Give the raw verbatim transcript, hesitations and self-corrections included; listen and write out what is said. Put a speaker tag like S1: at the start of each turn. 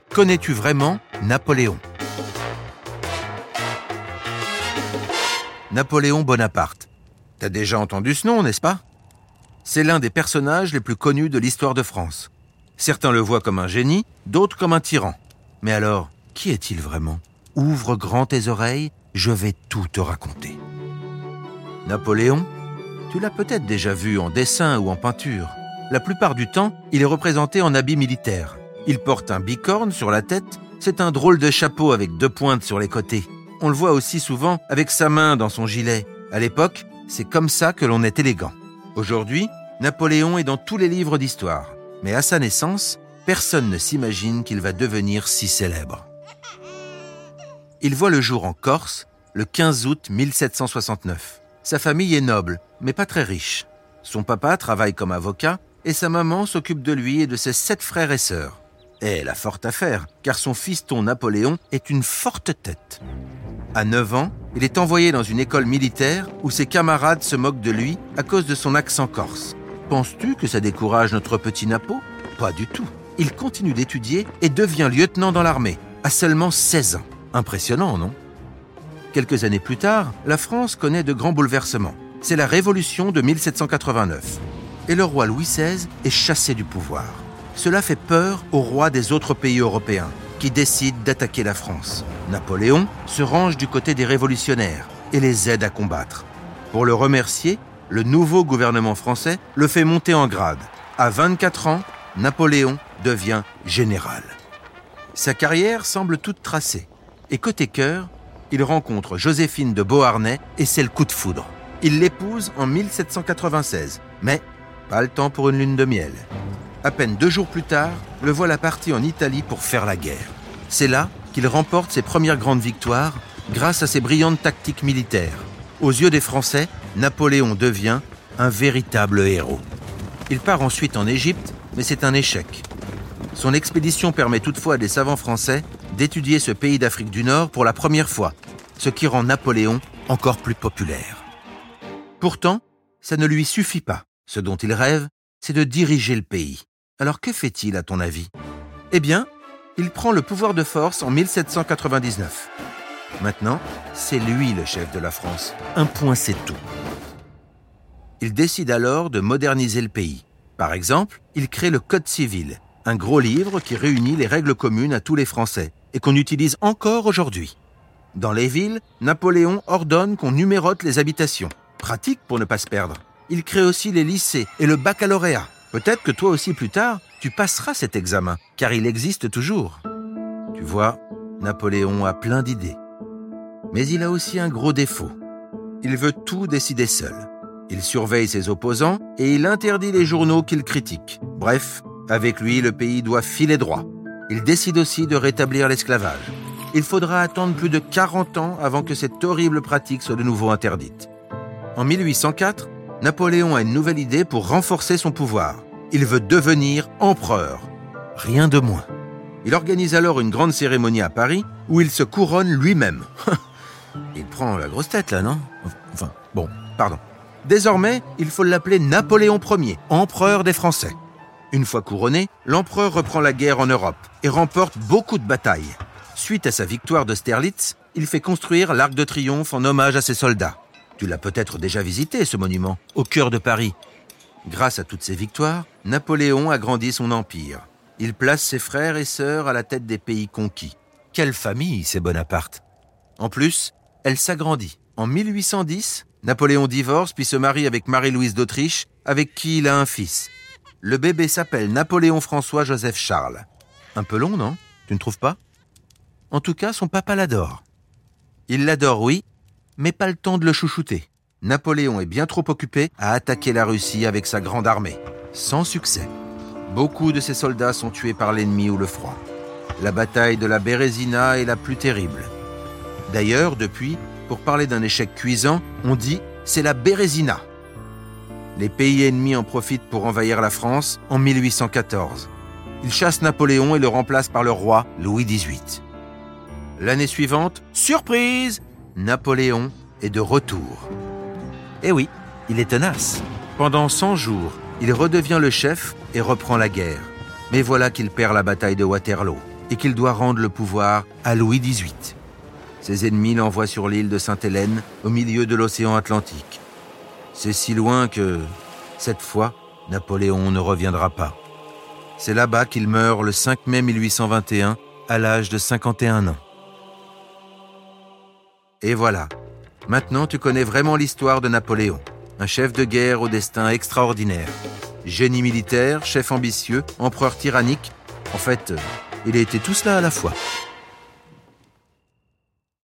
S1: Connais-tu vraiment Napoléon ? Napoléon Bonaparte. T'as déjà entendu ce nom, n'est-ce pas ? C'est l'un des personnages les plus connus de l'histoire de France. Certains le voient comme un génie, d'autres comme un tyran. Mais alors, qui est-il vraiment ? Ouvre grand tes oreilles, je vais tout te raconter. Napoléon, tu l'as peut-être déjà vu en dessin ou en peinture. La plupart du temps, il est représenté en habit militaire. Il porte un bicorne sur la tête, c'est un drôle de chapeau avec deux pointes sur les côtés. On le voit aussi souvent avec sa main dans son gilet. À l'époque, c'est comme ça que l'on est élégant. Aujourd'hui, Napoléon est dans tous les livres d'histoire. Mais à sa naissance, personne ne s'imagine qu'il va devenir si célèbre. Il voit le jour en Corse, le quinze août mille sept cent soixante-neuf. Sa famille est noble, mais pas très riche. Son papa travaille comme avocat et sa maman s'occupe de lui et de ses sept frères et sœurs. Et elle a fort à faire, car son fiston Napoléon est une forte tête. À neuf ans, il est envoyé dans une école militaire où ses camarades se moquent de lui à cause de son accent corse. Penses-tu que ça décourage notre petit Napo ? Pas du tout. Il continue d'étudier et devient lieutenant dans l'armée, à seulement seize ans. Impressionnant, non ? Quelques années plus tard, la France connaît de grands bouleversements. C'est la Révolution de mille sept cent quatre-vingt-neuf. Et le roi Louis seize est chassé du pouvoir. Cela fait peur aux rois des autres pays européens, qui décident d'attaquer la France. Napoléon se range du côté des révolutionnaires et les aide à combattre. Pour le remercier, le nouveau gouvernement français le fait monter en grade. À vingt-quatre ans, Napoléon devient général. Sa carrière semble toute tracée. Et côté cœur, il rencontre Joséphine de Beauharnais et c'est le coup de foudre. Il l'épouse en mille sept cent quatre-vingt-seize, mais pas le temps pour une lune de miel. À peine deux jours plus tard, le voilà parti en Italie pour faire la guerre. C'est là qu'il remporte ses premières grandes victoires grâce à ses brillantes tactiques militaires. Aux yeux des Français, Napoléon devient un véritable héros. Il part ensuite en Égypte, mais c'est un échec. Son expédition permet toutefois à des savants français d'étudier ce pays d'Afrique du Nord pour la première fois, ce qui rend Napoléon encore plus populaire. Pourtant, ça ne lui suffit pas. Ce dont il rêve, c'est de diriger le pays. Alors que fait-il à ton avis ? Eh bien, il prend le pouvoir de force en mille sept cent quatre-vingt-dix-neuf. Maintenant, c'est lui le chef de la France. Un point, c'est tout. Il décide alors de moderniser le pays. Par exemple, il crée le Code civil, un gros livre qui réunit les règles communes à tous les Français et qu'on utilise encore aujourd'hui. Dans les villes, Napoléon ordonne qu'on numérote les habitations. Pratique pour ne pas se perdre. Il crée aussi les lycées et le baccalauréat. Peut-être que toi aussi plus tard, tu passeras cet examen, car il existe toujours. Tu vois, Napoléon a plein d'idées. Mais il a aussi un gros défaut. Il veut tout décider seul. Il surveille ses opposants et il interdit les journaux qu'il critique. Bref, avec lui, le pays doit filer droit. Il décide aussi de rétablir l'esclavage. Il faudra attendre plus de quarante ans avant que cette horrible pratique soit de nouveau interdite. En mille huit cent quatre, Napoléon a une nouvelle idée pour renforcer son pouvoir. Il veut devenir empereur. Rien de moins. Il organise alors une grande cérémonie à Paris où il se couronne lui-même. Il prend la grosse tête là, non ? Enfin, bon, pardon. Désormais, il faut l'appeler Napoléon Ier, empereur des Français. Une fois couronné, l'empereur reprend la guerre en Europe et remporte beaucoup de batailles. Suite à sa victoire d'Austerlitz, il fait construire l'Arc de Triomphe en hommage à ses soldats. Tu l'as peut-être déjà visité, ce monument, au cœur de Paris. Grâce à toutes ces victoires, Napoléon agrandit son empire. Il place ses frères et sœurs à la tête des pays conquis. Quelle famille, c'est Bonaparte. En plus, elle s'agrandit. En mille huit cent dix, Napoléon divorce puis se marie avec Marie-Louise d'Autriche, avec qui il a un fils. Le bébé s'appelle Napoléon François-Joseph Charles. Un peu long, non ? Tu ne trouves pas ? En tout cas, son papa l'adore. Il l'adore, oui, mais pas le temps de le chouchouter. Napoléon est bien trop occupé à attaquer la Russie avec sa grande armée. Sans succès. Beaucoup de ses soldats sont tués par l'ennemi ou le froid. La bataille de la Bérésina est la plus terrible. D'ailleurs, depuis, pour parler d'un échec cuisant, on dit « c'est la Bérésina ». Les pays ennemis en profitent pour envahir la France en mille huit cent quatorze. Ils chassent Napoléon et le remplacent par le roi Louis dix-huit. L'année suivante, surprise, Napoléon est de retour. Eh oui, il est tenace. Pendant cent jours, il redevient le chef et reprend la guerre. Mais voilà qu'il perd la bataille de Waterloo. et qu'il doit rendre le pouvoir à Louis dix-huit. Ses ennemis l'envoient sur l'île de Sainte-Hélène, au milieu de l'océan Atlantique. C'est si loin que, cette fois, Napoléon ne reviendra pas. C'est là-bas qu'il meurt le cinq mai mille huit cent vingt et un, à l'âge de cinquante et un ans. Et voilà, maintenant tu connais vraiment l'histoire de Napoléon, un chef de guerre au destin extraordinaire. Génie militaire, chef ambitieux, empereur tyrannique, en fait, il a été tout cela à la fois.